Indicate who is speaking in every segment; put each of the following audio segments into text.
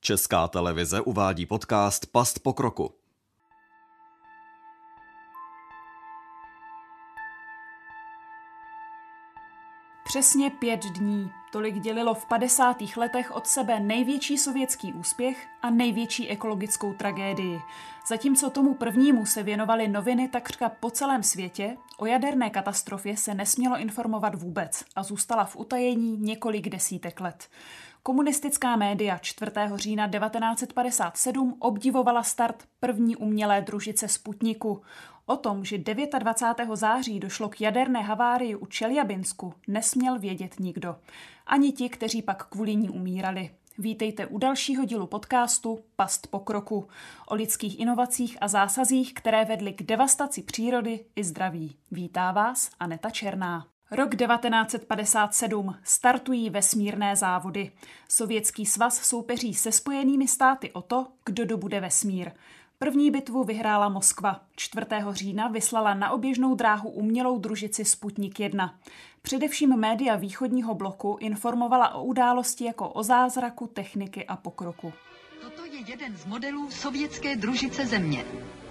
Speaker 1: Česká televize uvádí podcast Past pokroku.
Speaker 2: Přesně 5 dní. Tolik dělilo v 50. letech od sebe největší sovětský úspěch a největší ekologickou tragédii. Zatímco tomu prvnímu se věnovaly noviny takřka po celém světě, o jaderné katastrofě se nesmělo informovat vůbec a zůstala v utajení několik desítek let. Komunistická média 4. října 1957 obdivovala start první umělé družice Sputniku. O tom, že 29. září došlo k jaderné havárii u Čeljabinsku, nesměl vědět nikdo. Ani ti, kteří pak kvůli ní umírali. Vítejte u dalšího dílu podcastu Past pokroku o lidských inovacích a zásazích, které vedly k devastaci přírody i zdraví. Vítá vás Aneta Černá. Rok 1957. Startují vesmírné závody. Sovětský svaz soupeří se Spojenými státy o to, kdo dobude vesmír. První bitvu vyhrála Moskva. 4. října vyslala na oběžnou dráhu umělou družici Sputnik 1. Především média východního bloku informovala o události jako o zázraku techniky a pokroku.
Speaker 3: Toto je jeden z modelů sovětské družice Země.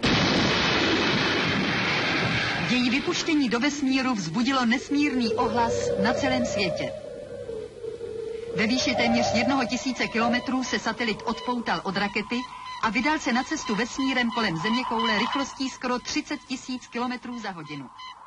Speaker 3: Její vypuštění do vesmíru vzbudilo nesmírný ohlas na celém světě. Ve výši téměř 1000 kilometrů se satelit odpoutal od rakety a vydal se na cestu vesmírem kolem zeměkoule rychlostí skoro 30 000 kilometrů za hodinu.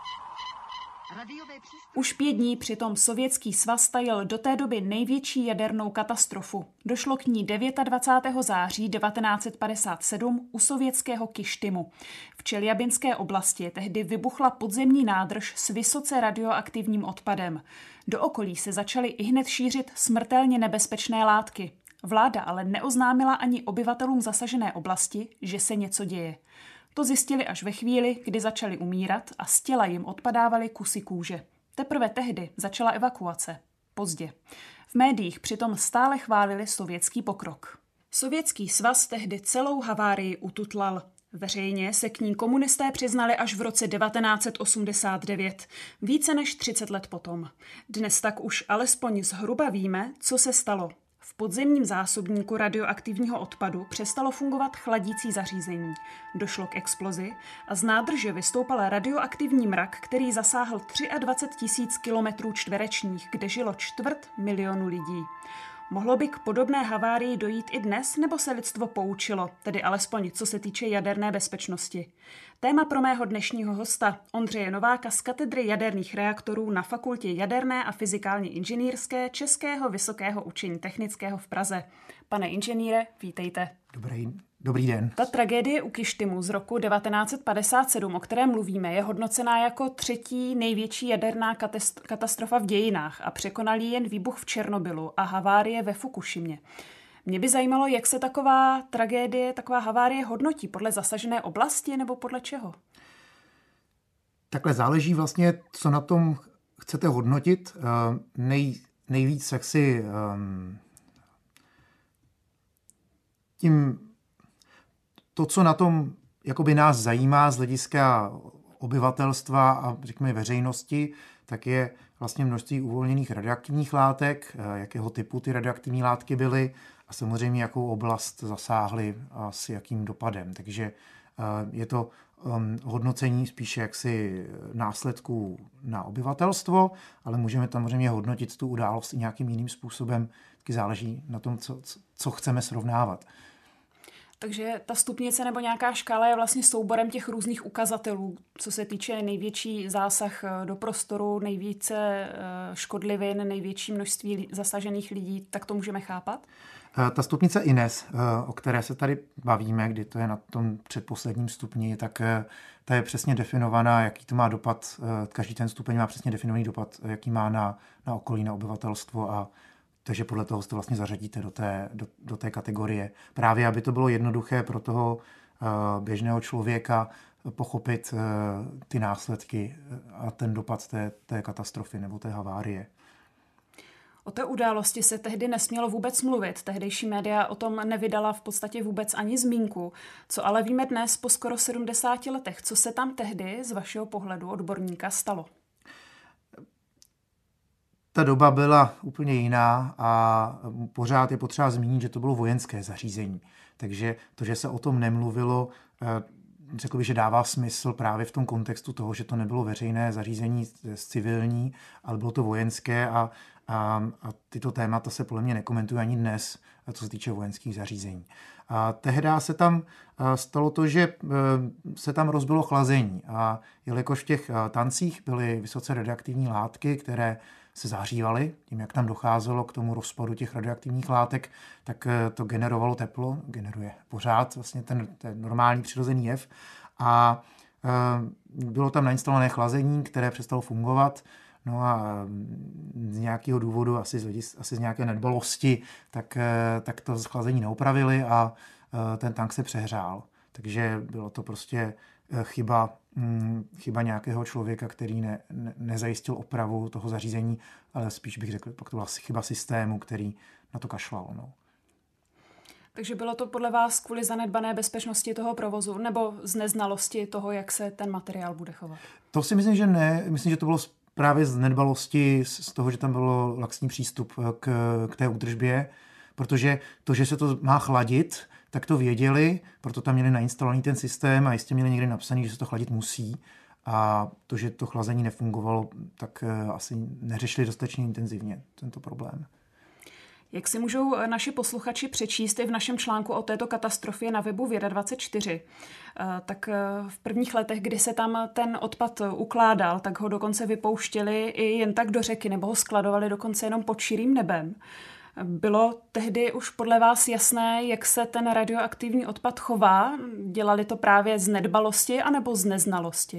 Speaker 2: Už 5 dní přitom Sovětský svaz tajil do té doby největší jadernou katastrofu. Došlo k ní 29. září 1957 u sovětského Kyštymu. V Čeljabinské oblasti tehdy vybuchla podzemní nádrž s vysoce radioaktivním odpadem. Do okolí se začaly ihned šířit smrtelně nebezpečné látky. Vláda ale neoznámila ani obyvatelům zasažené oblasti, že se něco děje. To zjistili až ve chvíli, kdy začali umírat a z těla jim odpadávaly kusy kůže. Teprve tehdy začala evakuace. Pozdě. V médiích přitom stále chválili sovětský pokrok. Sovětský svaz tehdy celou havárii ututlal. Veřejně se k ní komunisté přiznali až v roce 1989, více než 30 let potom. Dnes tak už alespoň zhruba víme, co se stalo. V podzemním zásobníku radioaktivního odpadu přestalo fungovat chladící zařízení. Došlo k explozi a z nádrže vystoupal radioaktivní mrak, který zasáhl 23 000 kilometrů čtverečních, kde žilo 250 000 lidí. Mohlo by k podobné havárii dojít i dnes, nebo se lidstvo poučilo, tedy alespoň co se týče jaderné bezpečnosti? Téma pro mého dnešního hosta, Ondřeje Nováka z katedry jaderných reaktorů na Fakultě jaderné a fyzikálně inženýrské Českého vysokého učení technického v Praze. Pane inženýre, vítejte.
Speaker 4: Dobrý den.
Speaker 2: Ta tragédie u Kyštymu z roku 1957, o které mluvíme, je hodnocená jako 3. největší jaderná katastrofa v dějinách a překonal ji jen výbuch v Černobylu a havárie ve Fukušimě. Mě by zajímalo, jak se taková tragédie, taková havárie hodnotí, podle zasažené oblasti nebo podle čeho?
Speaker 4: Takhle záleží vlastně, co na tom chcete hodnotit. Nejvíc jaksi tím to, co na tom jakoby nás zajímá z hlediska obyvatelstva a řekněme veřejnosti, tak je vlastně množství uvolněných radioaktivních látek, jakého typu ty radioaktivní látky byly a samozřejmě jakou oblast zasáhly a s jakým dopadem. Takže je to hodnocení spíše jaksi následků na obyvatelstvo, ale můžeme samozřejmě hodnotit tu událost i nějakým jiným způsobem, taky záleží na tom, co chceme srovnávat.
Speaker 2: Takže ta stupnice nebo nějaká škála je vlastně souborem těch různých ukazatelů, co se týče největší zásah do prostoru, nejvíce škodlivin, největší množství zasažených lidí, tak to můžeme chápat?
Speaker 4: Ta stupnice INES, o které se tady bavíme, kdy to je na tom předposledním stupni, tak ta je přesně definovaná, jaký to má dopad, každý ten stupeň má přesně definovaný dopad, jaký má na okolí, na obyvatelstvo a takže podle toho se to vlastně zařadíte do té kategorie. Právě, aby to bylo jednoduché pro toho běžného člověka pochopit ty následky a ten dopad té katastrofy nebo té havárie.
Speaker 2: O té události se tehdy nesmělo vůbec mluvit. Tehdejší média o tom nevydala v podstatě vůbec ani zmínku. Co ale víme dnes po skoro 70 letech? Co se tam tehdy z vašeho pohledu odborníka stalo?
Speaker 4: ta doba byla úplně jiná a pořád je potřeba zmínit, že to bylo vojenské zařízení. Takže to, že se o tom nemluvilo, řekl bych, že dává smysl právě v tom kontextu toho, že to nebylo veřejné zařízení civilní, ale bylo to vojenské a tyto témata se podle mě nekomentují ani dnes, co se týče vojenských zařízení. A tehdy se tam stalo to, že se tam rozbilo chlazení a jelikož v těch tancích byly vysoce radioaktivní látky, které se zahřívaly, tím, jak tam docházelo k tomu rozpadu těch radioaktivních látek, tak to generovalo teplo, generuje pořád vlastně ten normální přirozený jev a bylo tam nainstalované chlazení, které přestalo fungovat. No a z nějakého důvodu, asi z nějaké nedbalosti, tak to chlazení neopravili a ten tank se přehrál. Takže bylo to prostě chyba nějakého člověka, který nezajistil opravu toho zařízení, ale spíš bych řekl, pak to byla chyba systému, který na to kašlal. No.
Speaker 2: Takže bylo to podle vás kvůli zanedbané bezpečnosti toho provozu nebo z neznalosti toho, jak se ten materiál bude chovat?
Speaker 4: To si myslím, že ne. Myslím, že to bylo právě z nedbalosti, z toho, že tam byl laxní přístup k té údržbě, protože to, že se to má chladit, tak to věděli, proto tam měli nainstalovaný ten systém a jistě měli někdy napsaný, že se to chladit musí. A to, že to chlazení nefungovalo, tak asi neřešili dostatečně intenzivně tento problém.
Speaker 2: Jak si můžou naši posluchači přečíst i v našem článku o této katastrofě na webu Věda24, tak v prvních letech, kdy se tam ten odpad ukládal, tak ho dokonce vypouštěli i jen tak do řeky, nebo ho skladovali dokonce jenom pod širým nebem. Bylo tehdy už podle vás jasné, jak se ten radioaktivní odpad chová? Dělali to právě z nedbalosti anebo z neznalosti?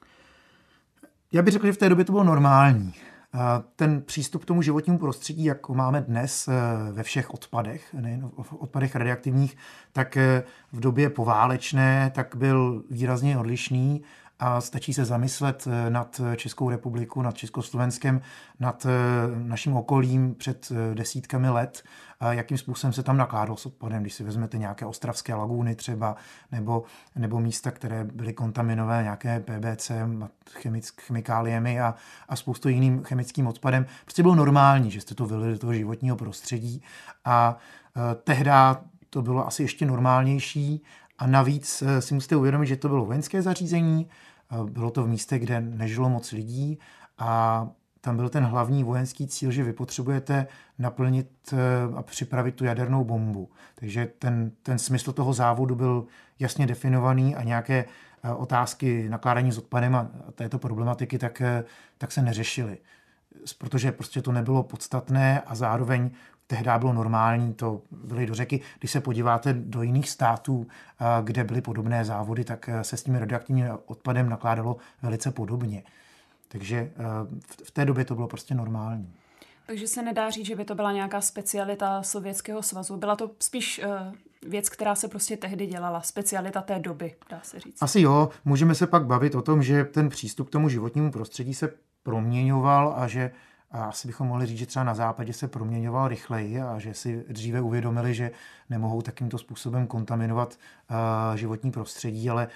Speaker 2: Já bych řekl, že v té době to bylo normální. Ten přístup k tomu životnímu prostředí, jak ho máme dnes ve všech odpadech, nejen v odpadech radioaktivních, tak v době poválečné tak byl výrazně odlišný a stačí se zamyslet nad Českou republikou, nad Československem, nad naším okolím před desítkami let, jakým způsobem se tam nakládalo s odpadem, když si vezmete nějaké ostravské lagúny třeba, nebo místa, které byly kontaminované nějaké PBC, chemikáliemi a spoustu jiným chemickým odpadem. Prostě bylo normální, že jste to vylili do toho životního prostředí a tehdy to bylo asi ještě normálnější a navíc si musíte uvědomit, že to bylo vojenské zařízení, bylo to v místě, kde nežilo moc lidí a tam byl ten hlavní vojenský cíl, že vy potřebujete naplnit a připravit tu jadernou bombu. Takže ten smysl toho závodu byl jasně definovaný a nějaké otázky nakládání s odpadem a této problematiky tak se neřešily. Protože prostě to nebylo podstatné a zároveň tehdy bylo normální to vylít do řeky. Když se podíváte do jiných států, kde byly podobné závody, tak se s tím radioaktivním odpadem nakládalo velice podobně. Takže v té době to bylo prostě normální. Takže se nedá říct, že by to byla nějaká specialita Sovětského svazu. Byla to spíš věc, která se prostě tehdy dělala. Specialita té doby, dá se říct.
Speaker 4: Asi jo. Můžeme se pak bavit o tom, že ten přístup k tomu životnímu prostředí se proměňoval a že asi bychom mohli říct, že třeba na západě se proměňoval rychleji a že si dříve uvědomili, že nemohou takýmto způsobem kontaminovat životní prostředí, ale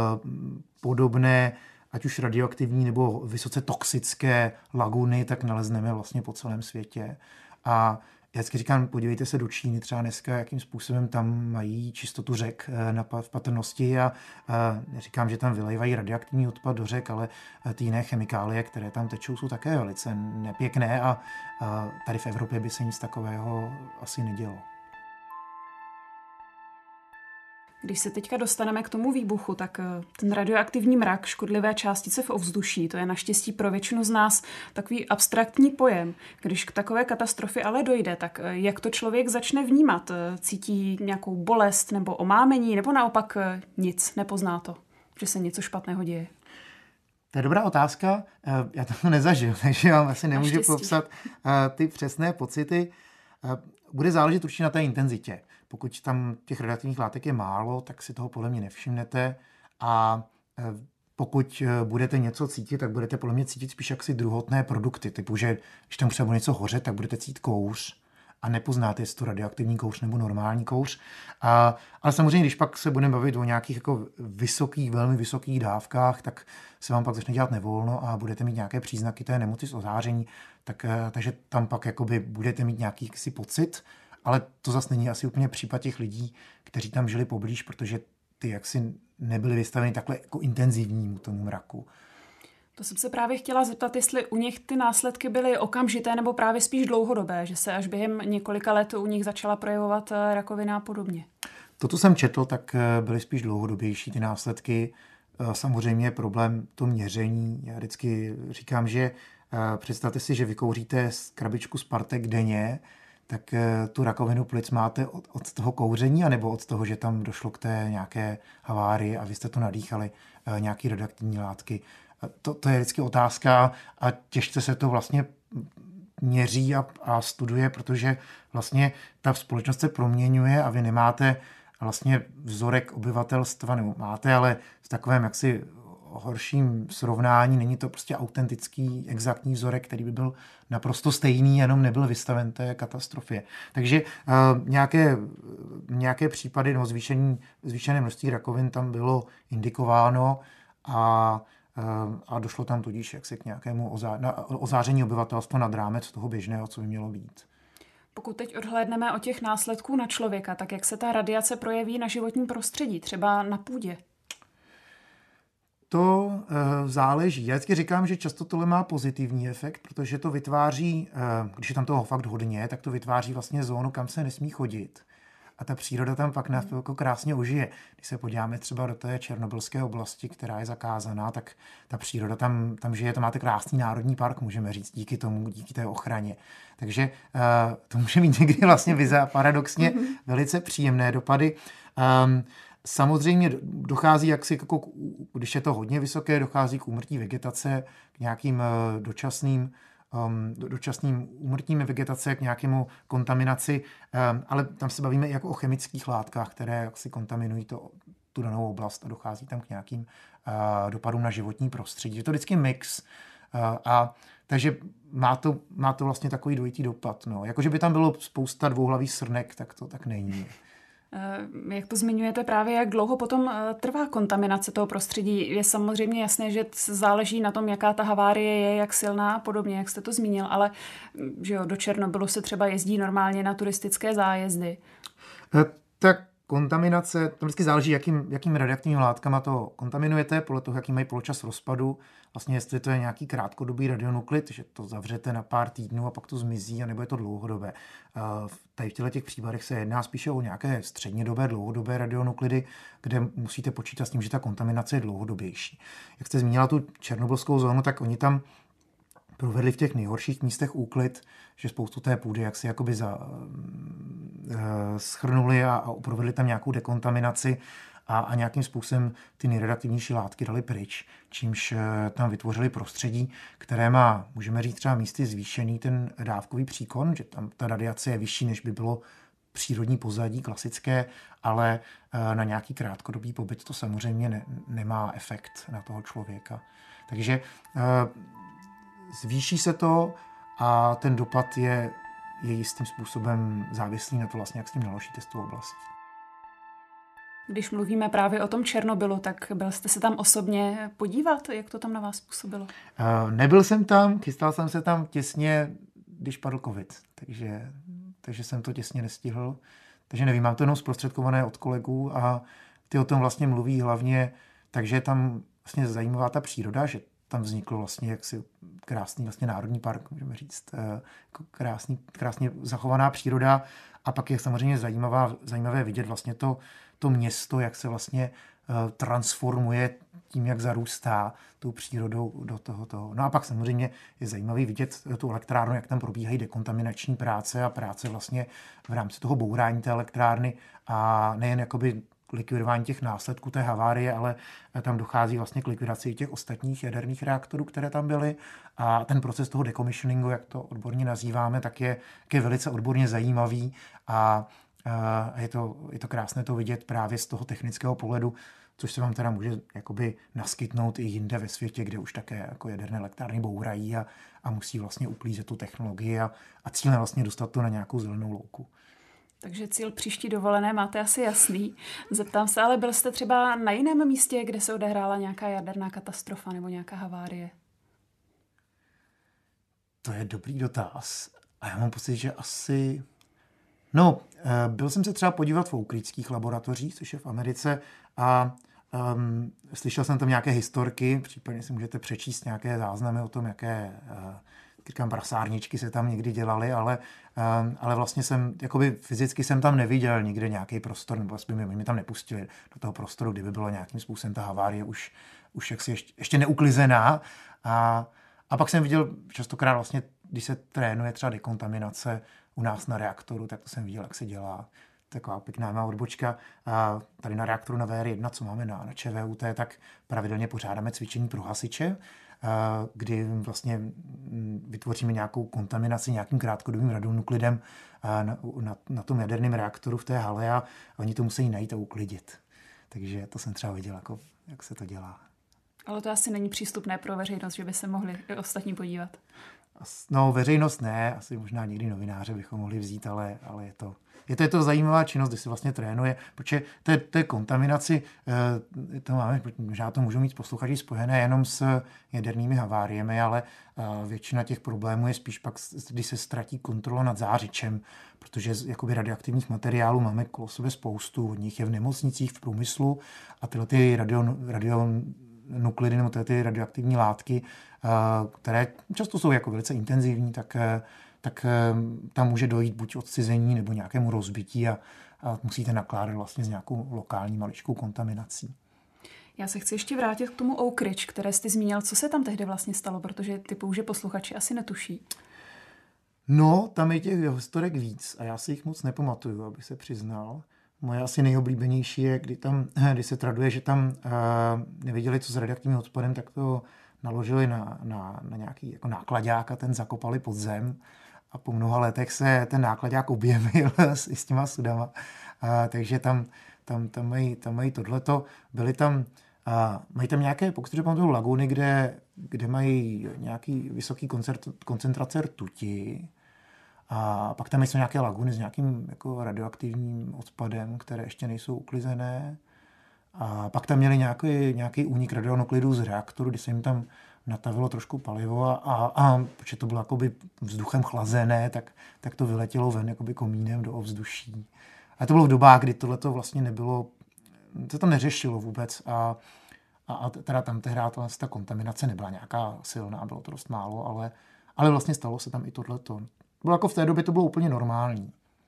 Speaker 4: podobné, ať už radioaktivní nebo vysoce toxické laguny, tak nalezneme vlastně po celém světě. A já vždycky říkám, podívejte se do Číny třeba dneska, jakým způsobem tam mají čistotu řek v patrnosti a říkám, že tam vylejvají radioaktivní odpad do řek, ale ty jiné chemikálie, které tam tečou, jsou také velice nepěkné a tady v Evropě by se nic takového asi nedělo.
Speaker 2: Když se teďka dostaneme k tomu výbuchu, tak ten radioaktivní mrak, škodlivé částice v ovzduší, to je naštěstí pro většinu z nás takový abstraktní pojem. Když k takové katastrofě ale dojde, tak jak to člověk začne vnímat? Cítí nějakou bolest nebo omámení, nebo naopak nic, nepozná to, že se něco špatného děje?
Speaker 4: To je dobrá otázka. Já to nezažil, takže vám asi nemůžu popsat ty přesné pocity. Bude záležet určitě na té intenzitě. Pokud tam těch radioaktivních látek je málo, tak si toho podle mě nevšimnete a pokud budete něco cítit, tak budete podle mě cítit spíš jaksi druhotné produkty, typu, že když tam třeba něco hoře, tak budete cítit kouř a nepoznáte, jestli to radioaktivní kouř nebo normální kouř. Ale samozřejmě, když pak se budeme bavit o nějakých jako vysokých, velmi vysokých dávkách, tak se vám pak začne dělat nevolno a budete mít nějaké příznaky té nemoci z ozáření, takže tam pak jakoby budete mít nějaký si pocit, ale to zase není asi úplně případ těch lidí, kteří tam žili poblíž, protože ty jaksi nebyly vystaveny takhle jako intenzivnímu tomu mraku.
Speaker 2: To jsem se právě chtěla zeptat, jestli u nich ty následky byly okamžité nebo právě spíš dlouhodobé, že se až během několika let u nich začala projevovat rakovina a podobně.
Speaker 4: To, co jsem četl, tak byly spíš dlouhodobější ty následky. Samozřejmě je problém to měření. Já vždycky říkám, že představte si, že vykouříte krabičku Spartek denně, tak tu rakovinu plic máte od toho kouření, anebo od toho, že tam došlo k té nějaké havárii a vy jste to nadýchali nějaký radioaktivní látky. To je vždycky otázka a těžce se to vlastně měří a studuje, protože vlastně ta společnost se proměňuje a vy nemáte vlastně vzorek obyvatelstva, nebo máte, ale v takovém jaksi horším srovnání není to prostě autentický, exaktní vzorek, který by byl naprosto stejný, jenom nebyl vystaven té katastrofě. Takže nějaké případy zvýšené množství rakovin tam bylo indikováno a došlo tam tudíž jaksi k nějakému ozáření obyvatelstva nad rámec toho běžného, co by mělo být.
Speaker 2: Pokud teď odhlédneme od těch následků na člověka, tak jak se ta radiace projeví na životním prostředí, třeba na půdě?
Speaker 4: To záleží. Já vždycky říkám, že často tohle má pozitivní efekt, protože to vytváří, když je tam toho fakt hodně, tak to vytváří vlastně zónu, kam se nesmí chodit. A ta příroda tam pak jako krásně ožije. Když se podíváme třeba do té černobylské oblasti, která je zakázaná, tak ta příroda tam žije, tam máte krásný národní park, můžeme říct, díky té ochraně. Takže to může mít někdy vlastně paradoxně velice příjemné dopady. Samozřejmě dochází, když je to hodně vysoké, dochází k úmrtí vegetace, k nějakým dočasným úmrtím vegetace, k nějakému kontaminaci, ale tam se bavíme jako o chemických látkách, které jaksi kontaminují tu danou oblast a dochází tam k nějakým dopadům na životní prostředí. Je to vždycky mix takže má to vlastně takový dvojitý dopad. No. Jakože by tam bylo spousta dvouhlavých srnek, tak to tak není.
Speaker 2: Jak to zmiňujete právě, jak dlouho potom trvá kontaminace toho prostředí? Je samozřejmě jasné, že záleží na tom, jaká ta havárie je, jak silná a podobně, jak jste to zmínil, ale že jo, do Černobylu se třeba jezdí normálně na turistické zájezdy.
Speaker 4: Tak kontaminace, to vždycky záleží, jakým radioaktivním látkama to kontaminujete, podle toho, jaký mají poločas rozpadu. Vlastně jestli to je nějaký krátkodobý radionuklid, že to zavřete na pár týdnů a pak to zmizí, anebo je to dlouhodobé. Tady v těch případech se jedná spíše o nějaké střednědobé, dlouhodobé radionuklidy, kde musíte počítat s tím, že ta kontaminace je dlouhodobější. Jak jste zmínila tu černobylskou zónu, tak oni tam provedli v těch nejhorších místech úklid, že spoustu té půdy jaksi jakoby schrnuli a provedli tam nějakou dekontaminaci a nějakým způsobem ty nejradioaktivnější látky dali pryč, čímž tam vytvořili prostředí, které má, můžeme říct, třeba místy zvýšený ten dávkový příkon, že tam ta radiace je vyšší, než by bylo přírodní pozadí klasické, ale na nějaký krátkodobý pobyt to samozřejmě nemá efekt na toho člověka. Takže zvýší se to a ten dopad je jistým způsobem závislý na to vlastně, jak s tím naložíte s tou oblastí.
Speaker 2: Když mluvíme právě o tom Černobylu, tak byl jste se tam osobně podívat, jak to tam na vás působilo?
Speaker 4: Nebyl jsem tam, chystal jsem se tam těsně, když padl covid, takže jsem to těsně nestihl. Takže nevím, mám to jenom zprostředkované od kolegů a ty o tom vlastně mluví hlavně, takže je tam vlastně zajímavá ta příroda, že tam vznikl vlastně jaksi krásný vlastně národní park, můžeme říct, krásně zachovaná příroda a pak je samozřejmě zajímavé vidět vlastně to město, jak se vlastně transformuje tím, jak zarůstá tou přírodou do toho. No a pak samozřejmě je zajímavý vidět tu elektrárnu, jak tam probíhají dekontaminační práce a práce vlastně v rámci toho bourání té elektrárny a nejen jakoby likvidování těch následků té havárie, ale tam dochází vlastně k likvidaci těch ostatních jaderných reaktorů, které tam byly a ten proces toho decommissioningu, jak to odborně nazýváme, tak je velice odborně zajímavý a je to krásné to vidět právě z toho technického pohledu, což se vám teda může jakoby naskytnout i jinde ve světě, kde už také jako jaderné elektrárny bourají a a musí vlastně uklízet tu technologii a cílem vlastně dostat to na nějakou zelenou louku.
Speaker 2: Takže cíl příští dovolené máte asi jasný. Zeptám se, ale byl jste třeba na jiném místě, kde se odehrála nějaká jaderná katastrofa nebo nějaká havárie?
Speaker 4: To je dobrý dotaz. A já mám pocit, že asi... No, byl jsem se třeba podívat v oukridských laboratořích, což je v Americe, a slyšel jsem tam nějaké historky, případně si můžete přečíst nějaké záznamy o tom, jaké prasárničky se tam někdy dělaly, ale vlastně jsem, jakoby fyzicky jsem tam neviděl nikde nějaký prostor, nebo by mě tam nepustili do toho prostoru, kdyby bylo nějakým způsobem ta havárie už jaksi ještě neuklizená. A pak jsem viděl častokrát vlastně, když se trénuje třeba dekontaminace u nás na reaktoru, tak to jsem viděl, jak se dělá. Taková pěkná má odbočka. A tady na reaktoru na VR1, co máme na ČVUT, tak pravidelně pořádáme cvičení pro hasiče, kdy vlastně vytvoříme nějakou kontaminaci nějakým krátkodobým radionuklidem na tom jaderném reaktoru v té hale a oni to musí najít a uklidit. Takže to jsem třeba viděl, jako, jak se to dělá.
Speaker 2: Ale to asi není přístupné pro veřejnost, že by se mohli i ostatní podívat.
Speaker 4: No, veřejnost ne, asi možná někdy novináře bychom mohli vzít, ale je to zajímavá činnost, kdy se vlastně trénuje, protože té kontaminaci, to máme, možná to můžou mít posluchači spojené jenom s jadernými haváriemi, ale většina těch problémů je spíš pak, když se ztratí kontrola nad zářičem, protože jakoby radioaktivních materiálů máme kolo sebe spoustu, od nich je v nemocnicích, v průmyslu a tyhle ty radionuklidy nebo ty radioaktivní látky, které často jsou jako velice intenzivní, tak tam může dojít buď odcizení nebo nějakému rozbití a musíte nakládat vlastně s nějakou lokální maličkou kontaminací.
Speaker 2: Já se chci ještě vrátit k tomu Oak Ridge, které jsi zmínil. Co se tam tehdy vlastně stalo, protože typu, že posluchači asi netuší.
Speaker 4: No, tam je těch historek víc a já si jich moc nepamatuju, abych se přiznal. Moje asi nejoblíbenější je, kdy se traduje, že tam nevěděli, co s radioaktivním odpadem, tak to naložili na nějaký jako náklaďák a ten zakopali pod zem. A po mnoha letech se ten náklaďák objevil s těma sudama. Takže tam mají tohleto. Mají tam nějaké, pokud si pamatuju, laguny, kde mají nějaký vysoký koncentrace rtuti. A pak tam jsou nějaké laguny s nějakým jako radioaktivním odpadem, které ještě nejsou uklizené. A pak tam měli nějaký únik radionuklidů z reaktoru, kdy se jim tam natavilo trošku palivo a protože to bylo jakoby vzduchem chlazené, tak to vyletělo ven jakoby komínem do ovzduší. A to bylo v dobách, kdy tohleto vlastně nebylo, to tam neřešilo vůbec a teda tam tehdy ta kontaminace nebyla nějaká silná, bylo to dost málo, ale vlastně stalo se tam i tohleto. Bylo jako v té době to bylo úplně normální.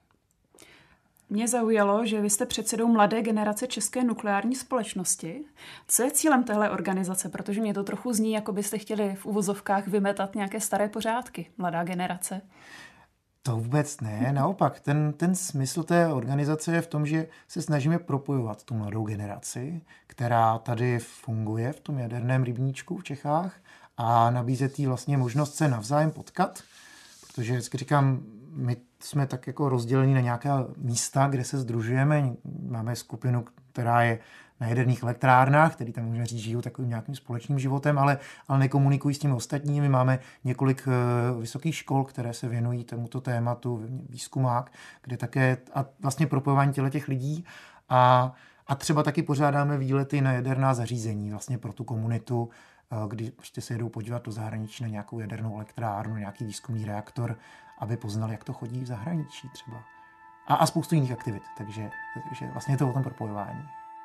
Speaker 2: Mě zaujalo, že vy jste předsedou mladé generace České nukleární společnosti. Co je cílem téhle organizace? Protože mě to trochu zní, jako byste chtěli v uvozovkách vymetat nějaké staré pořádky, mladá generace.
Speaker 4: To vůbec ne, naopak. Ten smysl té organizace je v tom, že se snažíme propojovat tu mladou generaci, která tady funguje v tom jaderném rybníčku v Čechách a nabízet jí vlastně možnost se navzájem potkat, protože vždycky říkám, my jsme tak jako rozdělení na nějaká místa, kde se sdružujeme. Máme skupinu, která je na jaderných elektrárnách, který tam můžeme říct, žijou takovým nějakým společným životem, ale nekomunikují s těmi ostatními. Máme několik vysokých škol, které se věnují tomuto tématu, výzkumák, kde také a vlastně propojování těch lidí a třeba taky pořádáme výlety na jaderná zařízení vlastně pro tu komunitu, kdy prostě se jedou podívat do zahraničí na nějakou jadernou elektrárnu, nějaký výzkumný reaktor, aby poznali, jak to chodí v zahraničí třeba. A spoustu jiných aktivit, takže vlastně je to o tom propojování.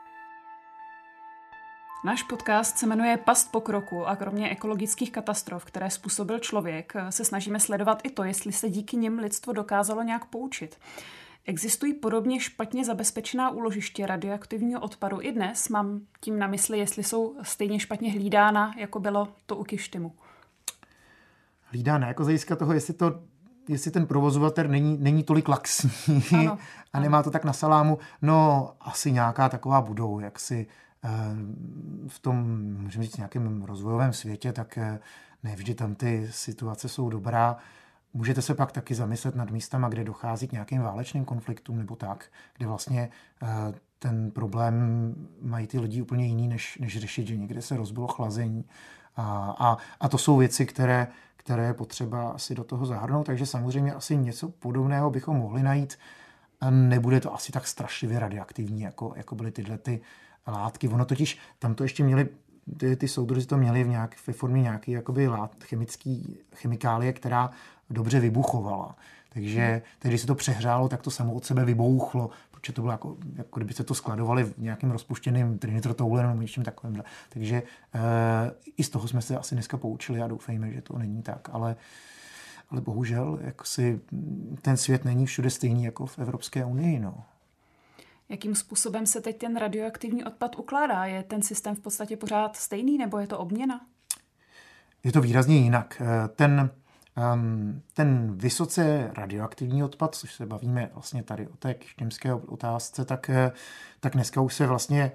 Speaker 2: Náš podcast se jmenuje Past pokroku a kromě ekologických katastrof, které způsobil člověk, se snažíme sledovat i to, jestli se díky nim lidstvo dokázalo nějak poučit. Existují podobně špatně zabezpečená úložiště radioaktivního odpadu i dnes? Mám tím na mysli, jestli jsou stejně špatně hlídána, jako bylo to u Kyštimu.
Speaker 4: Hlídána, jako z hlediska toho, jestli ten provozovatel není tolik laxní a nemá to tak na salámu, no asi nějaká taková budou, jak si v tom, můžeme říct, nějakém rozvojovém světě, tak nevždy tam ty situace jsou dobrá. Můžete se pak taky zamyslet nad místama, kde dochází k nějakým válečným konfliktům nebo tak, kde vlastně ten problém mají ty lidi úplně jiný, než řešit, že někde se rozbilo chlazení. A to jsou věci, které které je potřeba asi do toho zahrnout, takže samozřejmě asi něco podobného bychom mohli najít. A nebude to asi tak strašlivě radioaktivní, jako byly tyhle ty látky. Ono totiž, tam to ještě měli, ty soudruzi to měli ve formě nějaké chemikálie, která dobře vybuchovala. Takže když se to přehrálo, tak to samo od sebe vybouchlo, protože to bylo jako kdyby se to skladovali v nějakým rozpuštěným trinitrotoluenu nebo něčím takovým. Takže i z toho jsme se asi dneska poučili a doufejme, že to není tak. Ale bohužel ten svět není všude stejný jako v Evropské unii. No.
Speaker 2: Jakým způsobem se teď ten radioaktivní odpad ukládá? Je ten systém v podstatě pořád stejný nebo je to obměna?
Speaker 4: Je to výrazně jinak. Ten vysoce radioaktivní odpad, což se bavíme vlastně tady o té kištimské otázce, tak dneska už se vlastně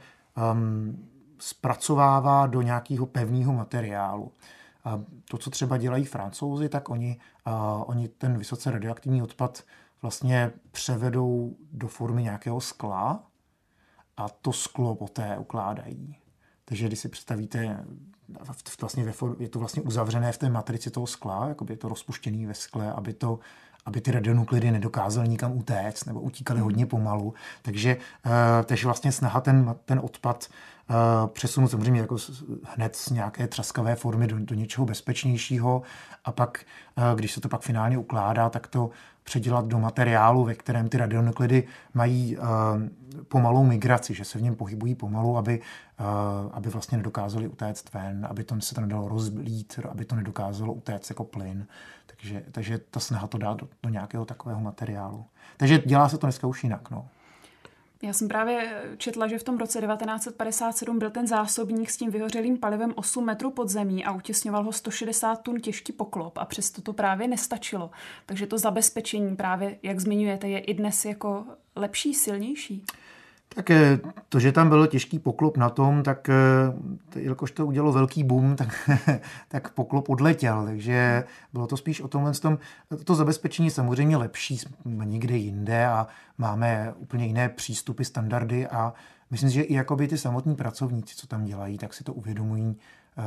Speaker 4: zpracovává do nějakého pevného materiálu. To, co třeba dělají Francouzi, tak oni ten vysoce radioaktivní odpad vlastně převedou do formy nějakého skla a to sklo poté ukládají. Takže když si představíte, vlastně je to vlastně uzavřené v té matrici toho skla, jakoby je to rozpuštěné ve skle, aby ty radionuklidy nedokázaly nikam utéct nebo utíkaly hodně pomalu. Takže vlastně snaha ten odpad přesunout samozřejmě jako hned z nějaké třaskavé formy do něčeho bezpečnějšího a pak, když se to pak finálně ukládá, tak to předělat do materiálu, ve kterém ty radionuklidy mají pomalou migraci, že se v něm pohybují pomalu, aby vlastně nedokázali utéct ven, aby se to nedalo rozlít, aby to nedokázalo utéct jako plyn. Takže ta snaha to dát do nějakého takového materiálu. Takže dělá se to dneska už jinak. No.
Speaker 2: Já jsem právě četla, že v tom roce 1957 byl ten zásobník s tím vyhořelým palivem 8 metrů pod zemí a utěsňoval ho 160 tun těžký poklop a přesto to právě nestačilo. Takže to zabezpečení právě, jak zmiňujete, je i dnes jako lepší, silnější.
Speaker 4: Tak to, že tam byl těžký poklop na tom, tak jelikož to udělalo velký boom, tak poklop odletěl. Takže bylo to spíš o tomhle tom. To zabezpečení je samozřejmě lepší někde jinde a máme úplně jiné přístupy, standardy a myslím si, že i jakoby ty samotní pracovníci, co tam dělají, tak si to uvědomují,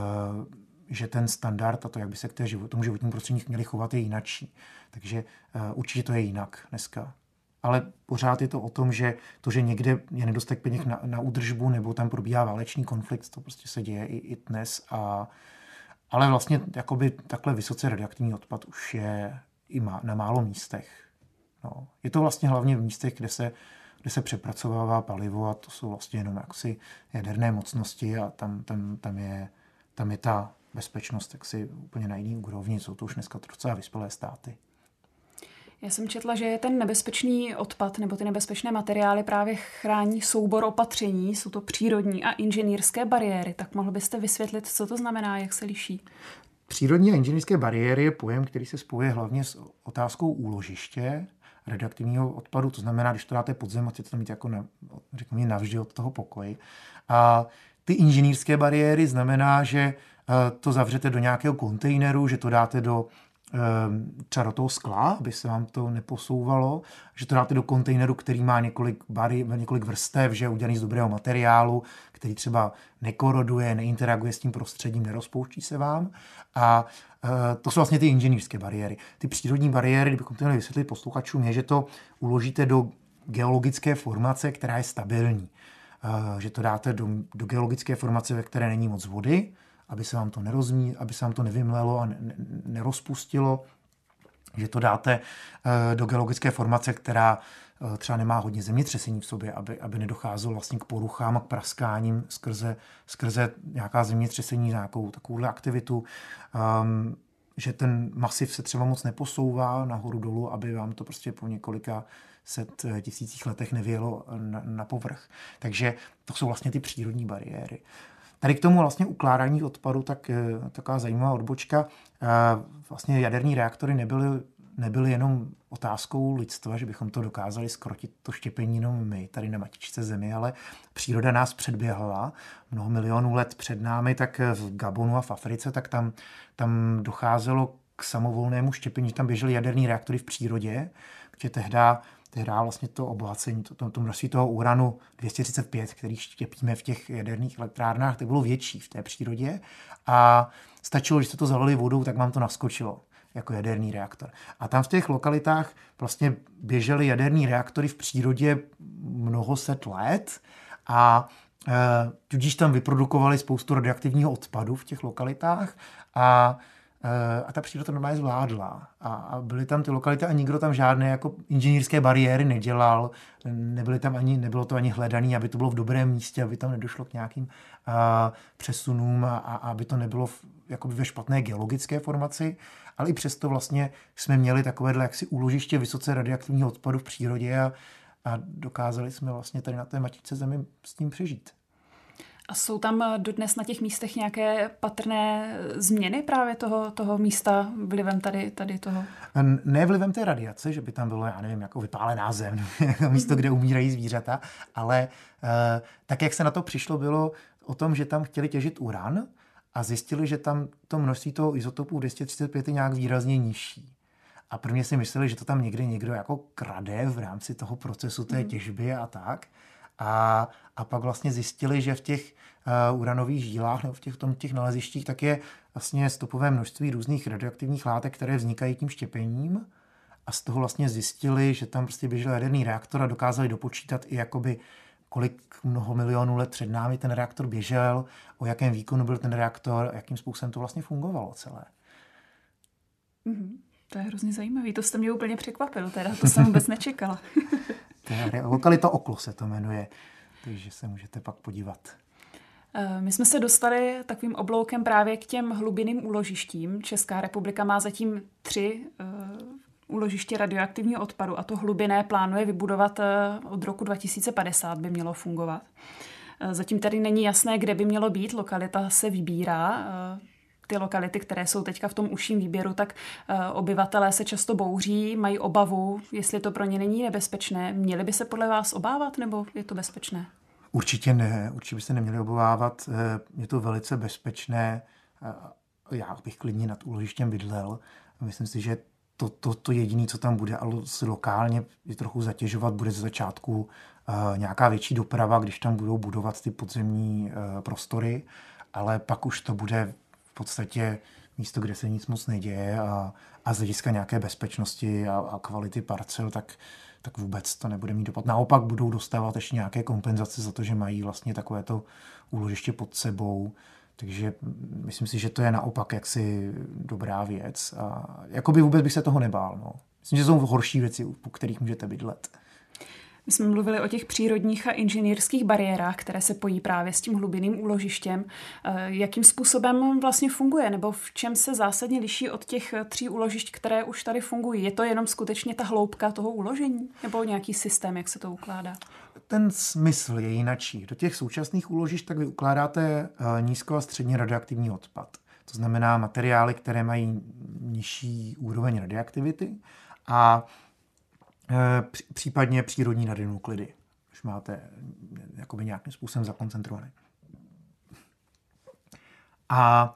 Speaker 4: že ten standard a to, jak by se k tomu životnímu prostředí měli chovat, je jinačí. Takže určitě to je jinak dneska. Ale pořád je to o tom, že někde je nedostatek peněz na údržbu nebo tam probíhá válečný konflikt, to prostě se děje i dnes. Ale vlastně jakoby takhle vysoce radioaktivní odpad už je i na málo místech. No. Je to vlastně hlavně v místech, kde se přepracovává palivo a to jsou vlastně jenom jaksi jaderné mocnosti a tam je ta bezpečnost jaksi úplně na jiný úrovni. Jsou to už dneska docela vyspělé státy.
Speaker 2: Já jsem četla, že ten nebezpečný odpad nebo ty nebezpečné materiály právě chrání soubor opatření, jsou to přírodní a inženýrské bariéry. Tak mohl byste vysvětlit, co to znamená, jak se liší?
Speaker 4: Přírodní a inženýrské bariéry je pojem, který se spojuje hlavně s otázkou úložiště radioaktivního odpadu. To znamená, když to dáte pod zem, chcete to mít jako navždy od toho pokoji. A ty inženýrské bariéry znamená, že to zavřete do nějakého kontejneru, že to dáte třeba do toho skla, aby se vám to neposouvalo, že to dáte do kontejneru, který má několik vrstev, že je udělaný z dobrého materiálu, který třeba nekoroduje, neinteraguje s tím prostředím, nerozpouští se vám. A to jsou vlastně ty inženýrské bariéry. Ty přírodní bariéry, kdybychom to měli vysvětlit posluchačům, je, že to uložíte do geologické formace, která je stabilní. Že to dáte do geologické formace, ve které není moc vody, aby se vám to nevymlelo a nerozpustilo, že to dáte do geologické formace, která třeba nemá hodně zemětřesení v sobě, aby nedocházelo vlastně k poruchám a k praskáním skrze nějaká zemětřesení, nějakou takovouhle aktivitu, že ten masiv se třeba moc neposouvá nahoru dolů, aby vám to prostě po několika set tisících letech nevyjelo na povrch. Takže to jsou vlastně ty přírodní bariéry. Tady k tomu vlastně ukládání odpadu, tak taková zajímavá odbočka. Vlastně jaderní reaktory nebyly jenom otázkou lidstva, že bychom to dokázali zkrotit to štěpení jenom my tady na matičce Zemi, ale příroda nás předběhla mnoho milionů let před námi, tak v Gabonu a v Africe, tak tam docházelo k samovolnému štěpení, tam běžely jaderní reaktory v přírodě, protože tehdy tehdy vlastně to obohacení, to množství toho uranu 235, který štěpíme v těch jaderných elektrárnách, to bylo větší v té přírodě a stačilo, že jste to zalili vodou, tak vám to naskočilo jako jaderný reaktor. A tam v těch lokalitách vlastně běžely jaderný reaktory v přírodě mnoho set let a tudíž tam vyprodukovali spoustu radioaktivního odpadu v těch lokalitách a ta příroda to normálně zvládla. A byly tam ty lokality a nikdo tam žádné jako inženýrské bariéry nedělal, nebylo to ani hledaný, aby to bylo v dobrém místě, aby tam nedošlo k nějakým přesunům a aby to nebylo jakoby ve špatné geologické formaci, ale i přesto vlastně jsme měli takovéhle jaksi úložiště vysoce radioaktivního odpadu v přírodě a dokázali jsme vlastně tady na té matičce Zemi s tím přežít.
Speaker 2: A jsou tam dodnes na těch místech nějaké patrné změny právě toho místa vlivem tady toho?
Speaker 4: Ne vlivem té radiace, že by tam bylo, já nevím, jako vypálená zem, místo, kde umírají zvířata, ale tak, jak se na to přišlo, bylo o tom, že tam chtěli těžit uran a zjistili, že tam to množství toho izotopu 235 je nějak výrazně nižší. A prvně si mysleli, že to tam někdo jako krade v rámci toho procesu té těžby a tak. A pak vlastně zjistili, že v těch uranových žílách nebo v těch nalezištích tak je vlastně stopové množství různých radioaktivních látek, které vznikají tím štěpením. A z toho vlastně zjistili, že tam prostě běžel jaderný reaktor a dokázali dopočítat i jakoby kolik mnoho milionů let před námi ten reaktor běžel, o jakém výkonu byl ten reaktor, jakým způsobem to vlastně fungovalo celé.
Speaker 2: To je hrozně zajímavý, to jste mě úplně překvapil, teda to jsem vůbec nečekala.
Speaker 4: Lokalita Oklo se to jmenuje, takže se můžete pak podívat.
Speaker 2: My jsme se dostali takovým obloukem právě k těm hlubinným úložištím. Česká republika má zatím 3 úložiště radioaktivního odpadu a to hlubinné plánuje vybudovat od roku 2050 by mělo fungovat. Zatím tady není jasné, kde by mělo být, lokalita se vybírá. Ty lokality, které jsou teďka v tom užším výběru, tak obyvatelé se často bouří, mají obavu, jestli to pro ně není nebezpečné. Měli by se podle vás obávat, nebo je to bezpečné? Určitě
Speaker 4: ne, určitě by se neměli obávat. Je to velice bezpečné. Já bych klidně nad úložištěm bydlel. Myslím si, že to jediné, co tam bude, ale lokálně je trochu zatěžovat, bude ze začátku nějaká větší doprava, když tam budou budovat ty podzemní prostory, ale pak už to bude v podstatě místo, kde se nic moc neděje a z hlediska nějaké bezpečnosti a kvality parcel, tak vůbec to nebude mít dopad. Naopak budou dostávat ještě nějaké kompenzace za to, že mají vlastně takovéto úložiště pod sebou. Takže myslím si, že to je naopak jaksi dobrá věc. A jakoby vůbec bych se toho nebál. No. Myslím, že jsou horší věci, po kterých můžete bydlet.
Speaker 2: My jsme mluvili o těch přírodních a inženýrských bariérách, které se pojí právě s tím hlubinným úložištěm. Jakým způsobem vlastně funguje, nebo v čem se zásadně liší od těch 3 úložišť, které už tady fungují? Je to jenom skutečně ta hloubka toho uložení, nebo nějaký systém, jak se to ukládá?
Speaker 4: Ten smysl je jinačí. Do těch současných úložišť tak vy ukládáte nízko a středně radioaktivní odpad. To znamená materiály, které mají nižší úroveň radioaktivity a případně přírodní radionuklidy, už máte jakoby nějakým způsobem zakoncentrované. A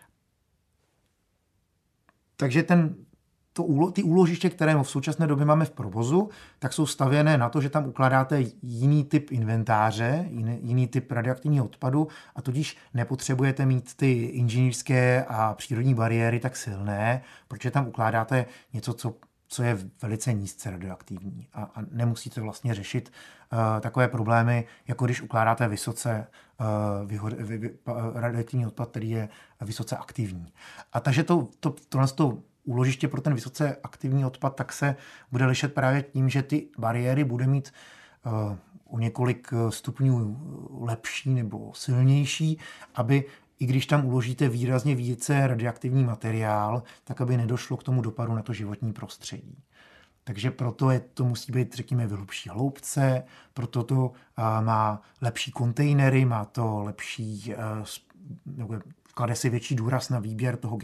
Speaker 4: takže ty úložiště, které v současné době máme v provozu, tak jsou stavěné na to, že tam ukládáte jiný typ inventáře, jiný typ radioaktivního odpadu a tudíž nepotřebujete mít ty inženýrské a přírodní bariéry tak silné, protože tam ukládáte něco, co je velice nízce radioaktivní a nemusíte vlastně řešit takové problémy, jako když ukládáte vysoce radioaktivní odpad, který je vysoce aktivní. A takže to úložiště pro ten vysoce aktivní odpad tak se bude lišet právě tím, že ty bariéry bude mít o několik stupňů lepší nebo silnější, aby i když tam uložíte výrazně více radioaktivní materiál, tak aby nedošlo k tomu dopadu na to životní prostředí. Takže proto to musí být, řekněme, v hlubší hloubce, proto to má lepší kontejnery, má to lepší, klade si větší důraz na výběr toho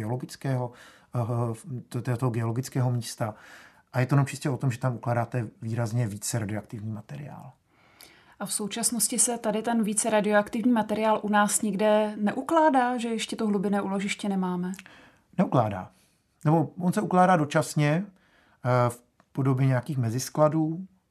Speaker 4: geologického místa. A je to jenom čistě o tom, že tam ukládáte výrazně více radioaktivní materiál.
Speaker 2: A v současnosti se tady ten více radioaktivní materiál u nás nikde neukládá, že ještě to hlubinné úložiště nemáme?
Speaker 4: Neukládá. Nebo on se ukládá dočasně v podobě nějakých meziskladů,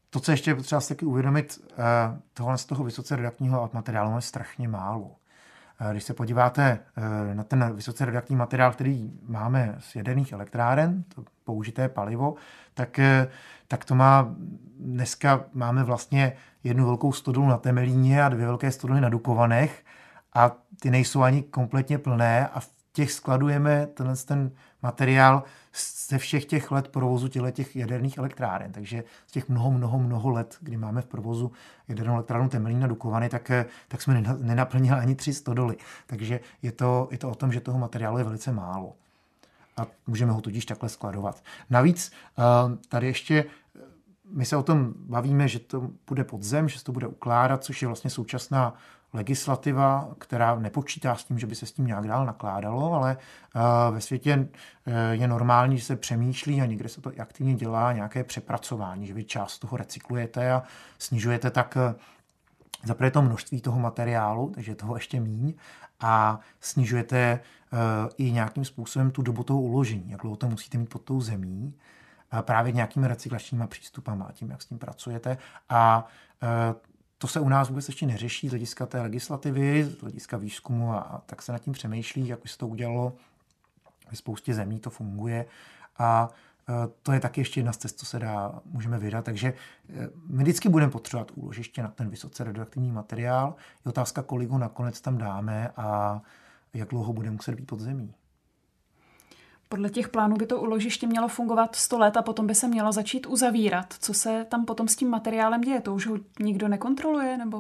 Speaker 4: To, co ještě potřeba si taky uvědomit, tohle z toho vysoce radioaktivního materiálu je strašně málo. Když se podíváte na ten vysoce radioaktivní materiál, který máme z jaderných elektráren, to použité palivo, tak to má, dneska máme vlastně jednu velkou stodolu na Temelíně a 2 velké stodoly na Dukovanech a ty nejsou ani kompletně plné a v těch skladujeme ten materiál ze všech těch let provozu těch jaderných elektráren. Takže z těch mnoho let, kdy máme v provozu jadernou elektrárnu Temelín a Dukovany, tak jsme nenaplnili ani 3 stodoly. Takže je to o tom, že toho materiálu je velice málo. A můžeme ho tudíž takhle skladovat. Navíc tady ještě my se o tom bavíme, že to bude pod zem, že se to bude ukládat, což je vlastně současná legislativa, která nepočítá s tím, že by se s tím nějak dál nakládalo, ale ve světě je normální, že se přemýšlí a někde se to aktivně dělá nějaké přepracování, že vy část toho recyklujete a snižujete tak zaprvé to množství toho materiálu, takže toho ještě míň, a snižujete i nějakým způsobem tu dobu toho uložení, jak dlouho to musíte mít pod tou zemí, právě nějakými recyklačníma přístupama a tím, jak s tím pracujete. A to se u nás vůbec ještě neřeší z hlediska té legislativy, z hlediska výzkumu a tak se nad tím přemýšlí, jak by se to udělalo. Ve spoustě zemí to funguje a to je taky ještě jedna z cest, co se můžeme vydat. Takže my vždycky budeme potřebovat úložiště na ten vysoce radioaktivní materiál. Je otázka, kolik ho nakonec tam dáme a jak dlouho bude muset být pod zemí.
Speaker 2: Podle těch plánů by to úložiště mělo fungovat 100 let a potom by se mělo začít uzavírat. Co se tam potom s tím materiálem děje? To už ho nikdo nekontroluje? Nebo?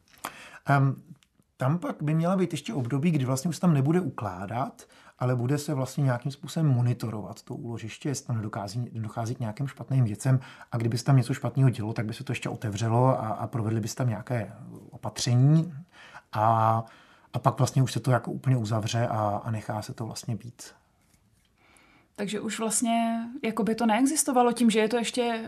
Speaker 4: Tam pak by měla být ještě období, kdy vlastně už tam nebude ukládat, ale bude se vlastně nějakým způsobem monitorovat to úložiště, jestli tam nedochází k nějakým špatným věcem a kdyby se tam něco špatného dělo, tak by se to ještě otevřelo a provedli by se tam nějaké opatření a pak vlastně už se to jako úplně uzavře a nechá se to vlastně být.
Speaker 2: Takže už vlastně jako by to neexistovalo tím, že je to ještě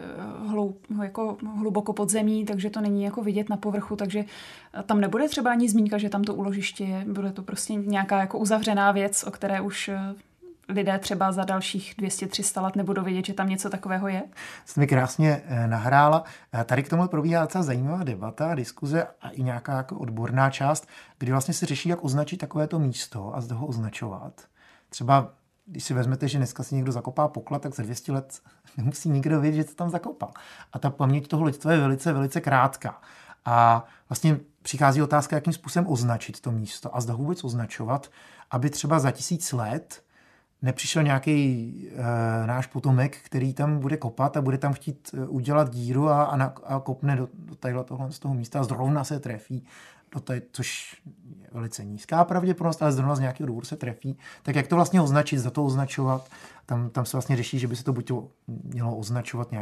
Speaker 2: jako hluboko pod zemí, takže to není jako vidět na povrchu, takže tam nebude třeba ani zmínka, že tam to úložiště je. Bude to prostě nějaká jako uzavřená věc, o které už lidé třeba za dalších 200-300 let nebudou vědět, že tam něco takového je.
Speaker 4: Jste mi krásně nahrála. Tady k tomu probíhá docela zajímavá debata, diskuze a i nějaká jako odborná část, kdy vlastně se řeší, jak označit takovéto místo a zde ho označovat. Třeba když si vezmete, že dneska si někdo zakopá poklad, tak za 200 let nemusí nikdo vědět, že to tam zakopal. A ta paměť toho lidstva je velice, velice krátká. A vlastně přichází otázka, jakým způsobem označit to místo a zda vůbec označovat, aby třeba za 1000 let nepřišel nějaký náš potomek, který tam bude kopat a bude tam chtít udělat díru a kopne do tohle z toho místa a zrovna se trefí, což je velice nízká pravděpodobnost, ale zrovna z nějakého důvodu se trefí. Tak jak to vlastně označit, za to označovat? Tam se vlastně řeší, že by se to buď mělo označovat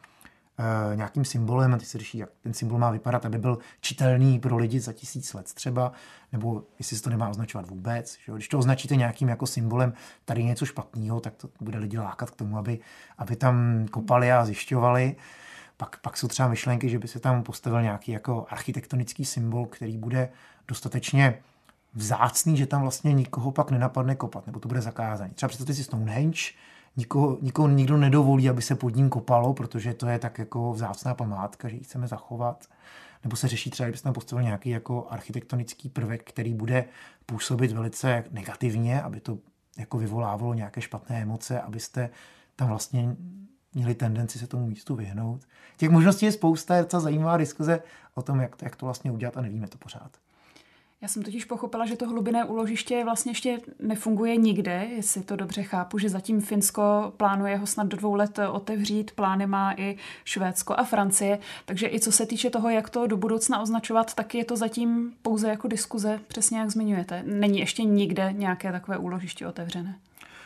Speaker 4: nějakým symbolem, a teď se řeší, jak ten symbol má vypadat, aby byl čitelný pro lidi za 1000 let třeba, nebo jestli se to nemá označovat vůbec. Že? Když to označíte nějakým jako symbolem, tady je něco špatného, tak to bude lidi lákat k tomu, aby tam kopali a zjišťovali. Pak jsou třeba myšlenky, že by se tam postavil nějaký jako architektonický symbol, který bude dostatečně vzácný, že tam vlastně nikoho pak nenapadne kopat, nebo to bude zakázané. Třeba představte si Stonehenge, nikdo nedovolí, aby se pod ním kopalo, protože to je tak jako vzácná památka, že ji chceme zachovat. Nebo se řeší třeba, kdyby se tam postavil nějaký jako architektonický prvek, který bude působit velice negativně, aby to jako vyvolávalo nějaké špatné emoce, abyste tam vlastně měli tendenci se tomu místu vyhnout. Těch možností je spousta, je docela zajímavá diskuze o tom, jak to vlastně udělat a nevíme to pořád.
Speaker 2: Já jsem totiž pochopila, že to hlubinné úložiště vlastně ještě nefunguje nikde, jestli to dobře chápu, že zatím Finsko plánuje ho snad do 2 let otevřít, plány má i Švédsko a Francie, takže i co se týče toho, jak to do budoucna označovat, tak je to zatím pouze jako diskuze, přesně jak zmiňujete. Není ještě nikde nějaké takové úložiště otevřené?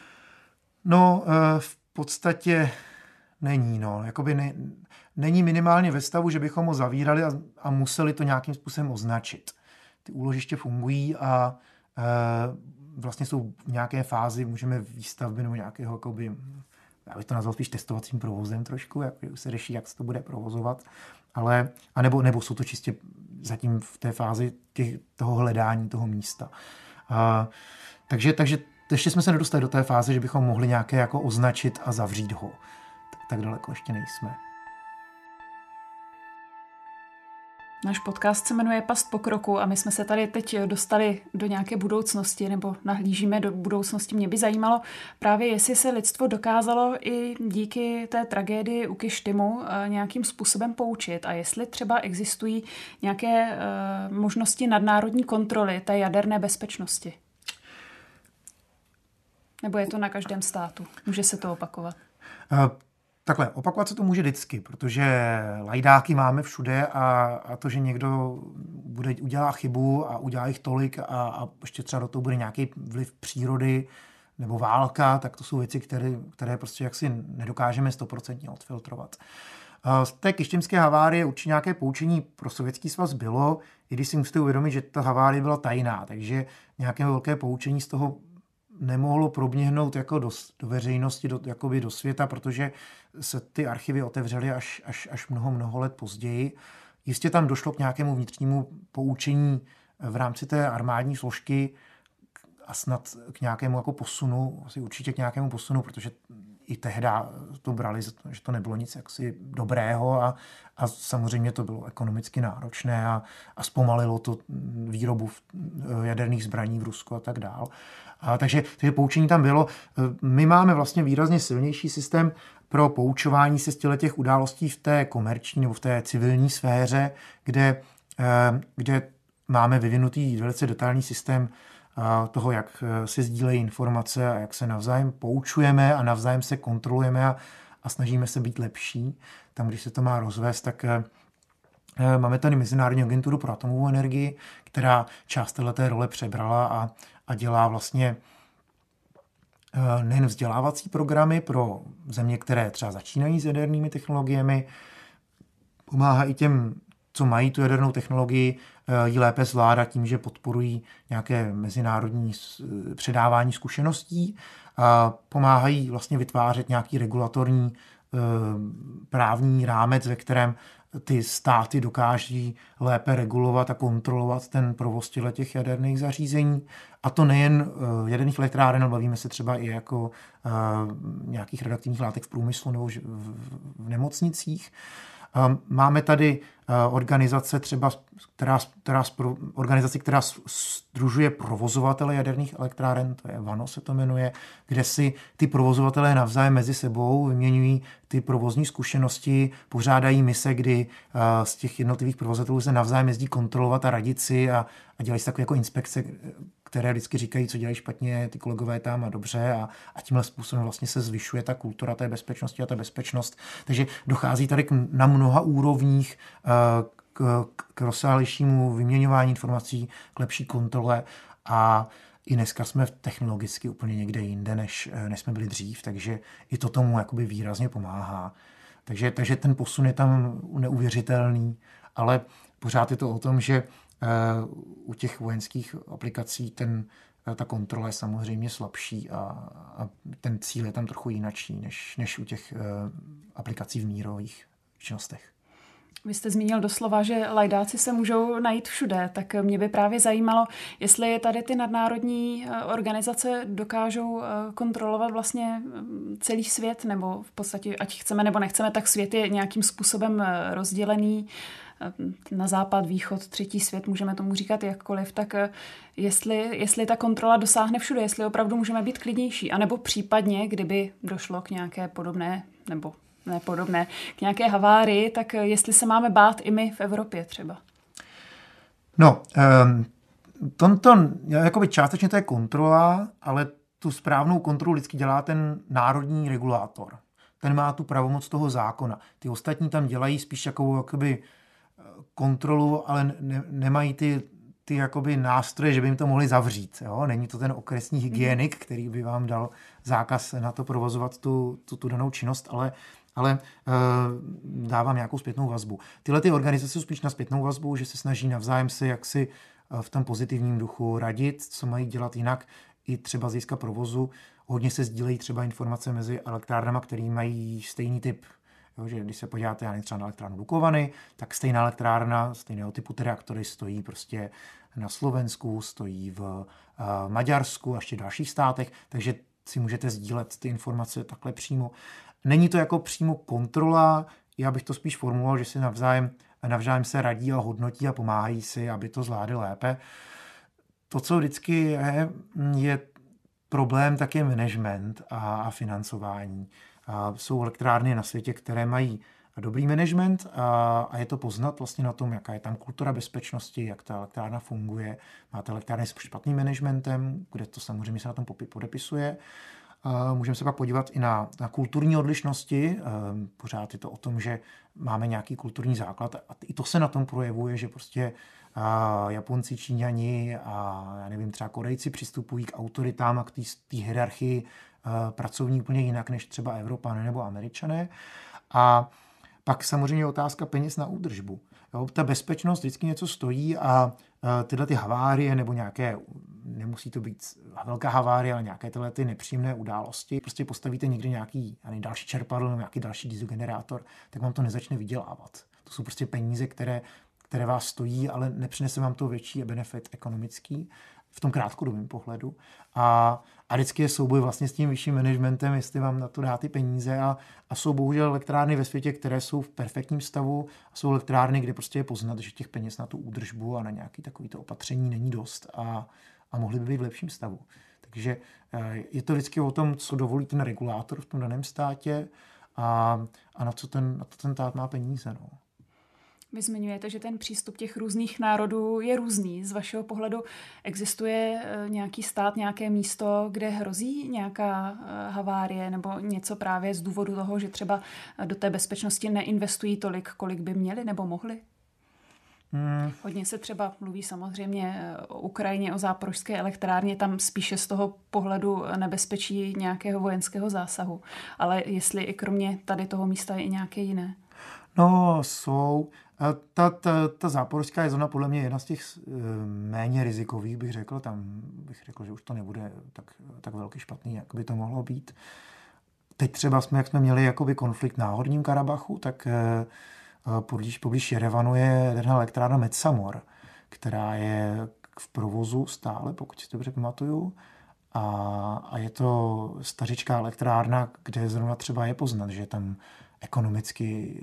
Speaker 4: No, v podstatě není, no. Jakoby není minimálně ve stavu, že bychom ho zavírali a museli to nějakým způsobem označit. Ty úložiště fungují a vlastně jsou v nějaké fázi, můžeme výstavby nebo nějakého, jakoby, já bych to nazval spíš testovacím provozem trošku, jak se řeší, jak se to bude provozovat, ale nebo jsou to čistě zatím v té fázi toho hledání toho místa. Takže ještě jsme se nedostali do té fáze, že bychom mohli nějaké jako označit a zavřít ho. Tak daleko ještě nejsme.
Speaker 2: Náš podcast se jmenuje Past pokroku a my jsme se tady teď dostali do nějaké budoucnosti nebo nahlížíme do budoucnosti. Mě by zajímalo právě, jestli se lidstvo dokázalo i díky té tragédii u Kištimu nějakým způsobem poučit a jestli třeba existují nějaké možnosti nadnárodní kontroly té jaderné bezpečnosti. Nebo je to na každém státu? Může se to opakovat?
Speaker 4: Takhle, opakovat se to může vždycky, protože lajdáky máme všude a to, že někdo udělá chybu a udělá jich tolik a ještě třeba do toho bude nějaký vliv přírody nebo válka, tak to jsou věci, které prostě jaksi nedokážeme 100% odfiltrovat. Z té kištimské havárie určitě nějaké poučení pro Sovětský svaz bylo, i když si musíte uvědomit, že ta havárie byla tajná, takže nějaké velké poučení z toho nemohlo proběhnout jako do veřejnosti, do světa, protože se ty archivy otevřely až mnoho let později. Jistě tam došlo k nějakému vnitřnímu poučení v rámci té armádní složky a snad k nějakému jako posunu, asi určitě k nějakému posunu, protože i tehda to brali, že to nebylo nic jaksi dobrého a samozřejmě to bylo ekonomicky náročné a zpomalilo to výrobu jaderných zbraní v Rusku a tak dál. Takže poučení tam bylo. My máme vlastně výrazně silnější systém pro poučování se z těch událostí v té komerční nebo v té civilní sféře, kde máme vyvinutý velice detailní systém toho, jak se sdílejí informace a jak se navzájem poučujeme a navzájem se kontrolujeme a snažíme se být lepší. Tam, když se to má rozvést, tak máme tady Mezinárodní agenturu pro atomovou energii, která část té role přebrala a dělá vlastně nejen vzdělávací programy pro země, které třeba začínají s jadernými technologiemi, pomáhá i těm, co mají tu jadernou technologii, ji lépe zvládat tím, že podporují nějaké mezinárodní předávání zkušeností a pomáhají vlastně vytvářet nějaký regulatorní právní rámec, ve kterém ty státy dokáží lépe regulovat a kontrolovat ten provoz těch jaderných zařízení. A to nejen jaderných elektráren, ale bavíme se třeba i jako nějakých radioaktivních látek v průmyslu nebo v nemocnicích. Máme tady organizaci, která sdružuje provozovatele jaderných elektráren, to je VANO se to jmenuje, kde si ty provozovatelé navzájem mezi sebou vyměňují ty provozní zkušenosti, pořádají mise, kdy z těch jednotlivých provozovatelů se navzájem jezdí kontrolovat a radit si a dělají si takové jako inspekce, které vždycky říkají, co dělají špatně ty kolegové tam a dobře a tímhle způsobem vlastně se zvyšuje ta kultura té bezpečnosti a ta bezpečnost. Takže dochází tady na mnoha úrovních k rozsáhlejšímu vyměňování informací, k lepší kontrole a i dneska jsme technologicky úplně někde jinde, než jsme byli dřív, takže i to tomu jakoby výrazně pomáhá. Takže ten posun je tam neuvěřitelný, ale pořád je to o tom, že u těch vojenských aplikací ta kontrola je samozřejmě slabší a ten cíl je tam trochu jinačí, než u těch aplikací v mírových činnostech.
Speaker 2: Vy jste zmínil doslova, že lajdáci se můžou najít všude, tak mě by právě zajímalo, jestli tady ty nadnárodní organizace dokážou kontrolovat vlastně celý svět, nebo v podstatě, ať chceme nebo nechceme, tak svět je nějakým způsobem rozdělený na západ, východ, třetí svět, můžeme tomu říkat jakkoliv, tak jestli ta kontrola dosáhne všude, jestli opravdu můžeme být klidnější, anebo případně, kdyby došlo k nějaké podobné, nebo nepodobné, k nějaké havárii, tak jestli se máme bát i my v Evropě třeba.
Speaker 4: No, jakoby částečně to je kontrola, ale tu správnou kontrolu vždycky dělá ten národní regulátor. Ten má tu pravomoc toho zákona. Ty ostatní tam dělají spíš jakou jakoby kontrolu, ale nemají ty jakoby nástroje, že by jim to mohli zavřít. Jo? Není to ten okresní hygienik, který by vám dal zákaz na to provozovat tu danou činnost, ale dávám nějakou zpětnou vazbu. Tyhle ty organizace jsou spíš na zpětnou vazbu, že se snaží navzájem si jaksi v tom pozitivním duchu radit, co mají dělat jinak, i třeba z hlediska provozu. Hodně se sdílejí třeba informace mezi elektrárnami, které mají stejný typ. Jo, že když se podíváte třeba na elektrárnu Dukovany, tak stejná elektrárna, stejného typu ty reaktory stojí prostě na Slovensku, stojí v Maďarsku a ještě v dalších státech, takže si můžete sdílet ty informace takhle přímo. Není to jako přímo kontrola, já bych to spíš formuloval, že si navzájem navzájem se radí a hodnotí a pomáhají si, aby to zvládli lépe. To, co vždycky je problém, tak je management a financování. Jsou elektrárny na světě, které mají dobrý management a je to poznat vlastně na tom, jaká je tam kultura bezpečnosti, jak ta elektrárna funguje. Máte elektrárny s špatným managementem, kde to samozřejmě se na tom podepisuje. Můžeme se pak podívat i na kulturní odlišnosti. Pořád je to o tom, že máme nějaký kulturní základ a i to se na tom projevuje, že prostě Japonci, Číňani a já nevím, třeba Korejci přistupují k autoritám a k té hierarchii pracovní úplně jinak než třeba Evropané nebo Američané. A pak samozřejmě otázka peněz na údržbu. Jo, ta bezpečnost vždycky něco stojí a tyhle ty havárie nebo nějaké, nemusí to být velká havárie, ale nějaké tyhle ty nepříjemné události, prostě postavíte někde nějaký další čerpadlo nebo nějaký další dieselgenerátor, tak vám to nezačne vydělávat. To jsou prostě peníze, které vás stojí, ale nepřinese vám to větší benefit ekonomický v tom krátkodobém pohledu. A vždycky je souboj vlastně s tím vyšším managementem, jestli vám na to dá ty peníze a jsou bohužel elektrárny ve světě, které jsou v perfektním stavu a jsou elektrárny, kde prostě je poznat, že těch peněz na tu údržbu a na nějaké takovéto opatření není dost a mohly by být v lepším stavu. Takže je to vždycky o tom, co dovolí ten regulátor v tom daném státě a na co ten stát má peníze. No.
Speaker 2: Vy zmiňujete, že ten přístup těch různých národů je různý. Z vašeho pohledu existuje nějaký stát, nějaké místo, kde hrozí nějaká havárie nebo něco právě z důvodu toho, že třeba do té bezpečnosti neinvestují tolik, kolik by měli nebo mohli? Hodně se třeba mluví samozřejmě o Ukrajině, o záporožské elektrárně, tam spíše z toho pohledu nebezpečí nějakého vojenského zásahu. Ale jestli i kromě tady toho místa je i nějaké jiné?
Speaker 4: No, jsou. Ta záporožská je zóna podle mě jedna z těch méně rizikových, bych řekl. Tam bych řekl, že už to nebude tak velký špatný, jak by to mohlo být. Teď třeba jak jsme měli jakoby konflikt na Horním Karabachu, tak poblíž Jerevanu je jedna elektrárna Metsamor, která je v provozu stále, pokud si to dobře pamatuju. A je to stařičká elektrárna, kde zrovna třeba je poznat, že tam ekonomicky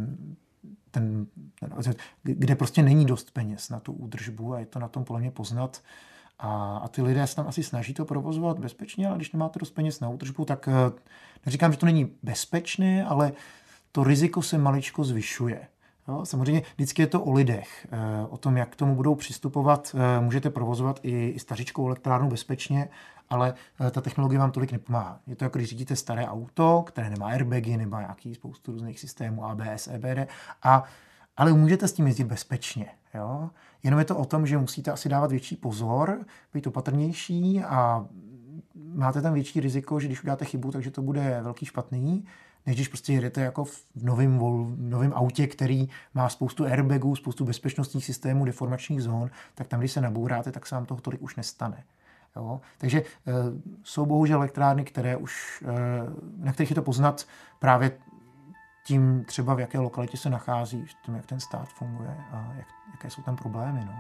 Speaker 4: kde prostě není dost peněz na tu údržbu a je to na tom podle mě poznat. A ty lidé se tam asi snaží to provozovat bezpečně, ale když nemáte dost peněz na údržbu, tak neříkám, že to není bezpečné, ale to riziko se maličko zvyšuje. Jo, samozřejmě vždycky je to o lidech, o tom, jak k tomu budou přistupovat. Můžete provozovat i stařičkou elektrárnu bezpečně, ale ta technologie vám tolik nepomáhá. Je to jako když řídíte staré auto, které nemá airbagy, nemá nějaký spoustu různých systémů ABS, EBD, ale můžete s tím jezdit bezpečně. Jo? Jenom je to o tom, že musíte asi dávat větší pozor, být opatrnější a máte tam větší riziko, že když uděláte chybu, takže to bude velký špatný, než když prostě jedete jako v novém autě, který má spoustu airbagů, spoustu bezpečnostních systémů, deformačních zón, tak tam, když se nabouráte, tak se vám toho tolik už nestane. Jo? Takže jsou bohužel elektrárny, na kterých je to poznat právě tím třeba, v jaké lokalitě se nachází, v tom, jak ten stát funguje a jaké jsou tam problémy. No.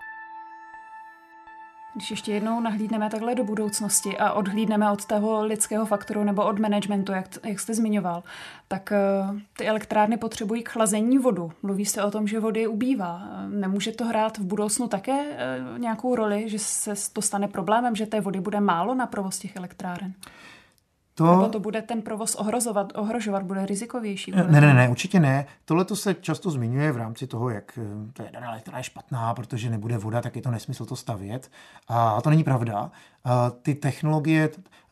Speaker 2: Když ještě jednou nahlídneme takhle do budoucnosti a odhlídneme od toho lidského faktoru nebo od managementu, jak jste zmiňoval, tak ty elektrárny potřebují k chlazení vodu. Mluví se o tom, že vody ubývá. Nemůže to hrát v budoucnu také nějakou roli, že se to stane problémem, že té vody bude málo na provoz těch elektráren? Nebo to bude ten provoz ohrožovat, bude rizikovější?
Speaker 4: Ne, určitě ne. Tohle to se často zmiňuje v rámci toho, jak ta jedna elektrárna je špatná, protože nebude voda, tak je to nesmysl to stavět. A to není pravda. Ty technologie,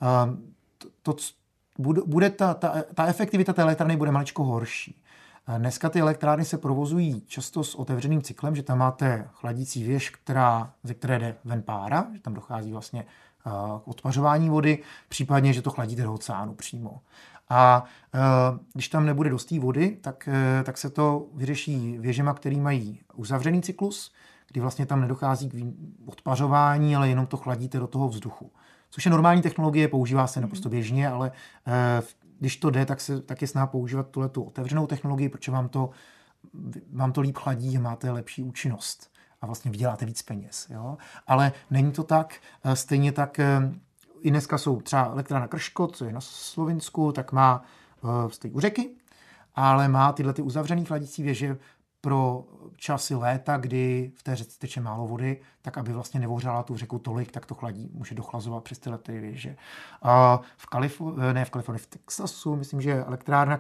Speaker 4: bude ta efektivita té elektrárny bude maličko horší. Dneska ty elektrárny se provozují často s otevřeným cyklem, že tam máte chladící věž, ze které jde ven pára, že tam dochází vlastně k odpařování vody, případně, že to chladíte do oceánu přímo. A když tam nebude dost té vody, tak se to vyřeší věžema, který mají uzavřený cyklus, kdy vlastně tam nedochází k odpařování, ale jenom to chladíte do toho vzduchu. Což je normální technologie, používá se naprosto běžně, ale když to jde, tak je snaha používat tu otevřenou technologii, protože vám to líp chladí a máte lepší účinnost. A vlastně vyděláte víc peněz. Jo? Ale není to tak. Stejně tak i dneska jsou třeba elektrárna Krško, co je na Slovinsku, tak má stojí u řeky, ale má tyhle ty uzavřený chladící věže pro časy léta, kdy v té řece teče málo vody, tak aby vlastně nevohřála tu řeku tolik, tak to chladí, může dochlazovat přes tyhle ty věže. V Kalifornii, v Texasu, myslím, že je elektrárna,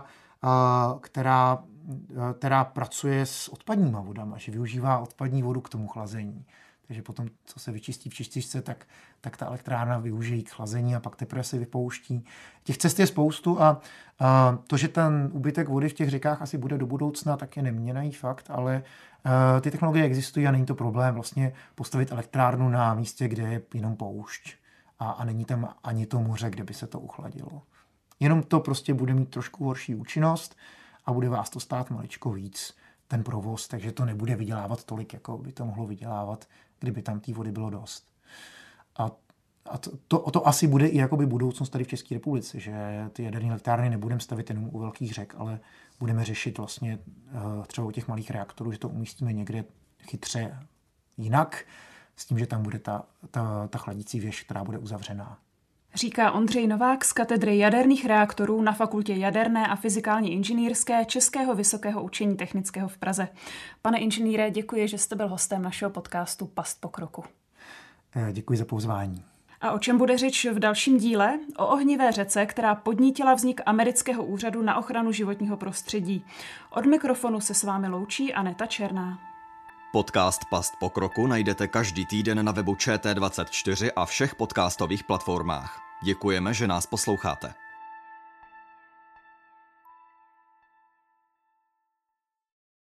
Speaker 4: která pracuje s odpadníma vodama, že využívá odpadní vodu k tomu chlazení. Takže potom, co se vyčistí v čističce, tak ta elektrárna využijí k chlazení a pak teprve se vypouští. Těch cest je spoustu a to, že ten úbytek vody v těch řekách asi bude do budoucna, tak je neměnný fakt, ale ty technologie existují a není to problém vlastně postavit elektrárnu na místě, kde je jenom poušť a není tam ani to moře, kde by se to uchladilo. Jenom to prostě bude mít trošku horší účinnost a bude vás to stát maličko víc, ten provoz, takže to nebude vydělávat tolik, jako by to mohlo vydělávat, kdyby tam té vody bylo dost. A to asi bude i jakoby budoucnost tady v České republice, že ty jaderné elektrárny nebudeme stavit jenom u velkých řek, ale budeme řešit vlastně třeba u těch malých reaktorů, že to umístíme někde chytře jinak, s tím, že tam bude ta chladící věž, která bude uzavřená.
Speaker 2: Říká Ondřej Novák z katedry jaderných reaktorů na Fakultě jaderné a fyzikální inženýrské Českého vysokého učení technického v Praze. Pane inženýre, děkuji, že jste byl hostem našeho podcastu Past pokroku.
Speaker 4: Děkuji za pozvání.
Speaker 2: A o čem bude řeč v dalším díle? O ohnivé řece, která podnítila vznik Amerického úřadu na ochranu životního prostředí. Od mikrofonu se s vámi loučí Aneta Černá.
Speaker 1: Podcast Past pokroku najdete každý týden na webu ČT24 a všech podcastových platformách. Děkujeme, že nás posloucháte.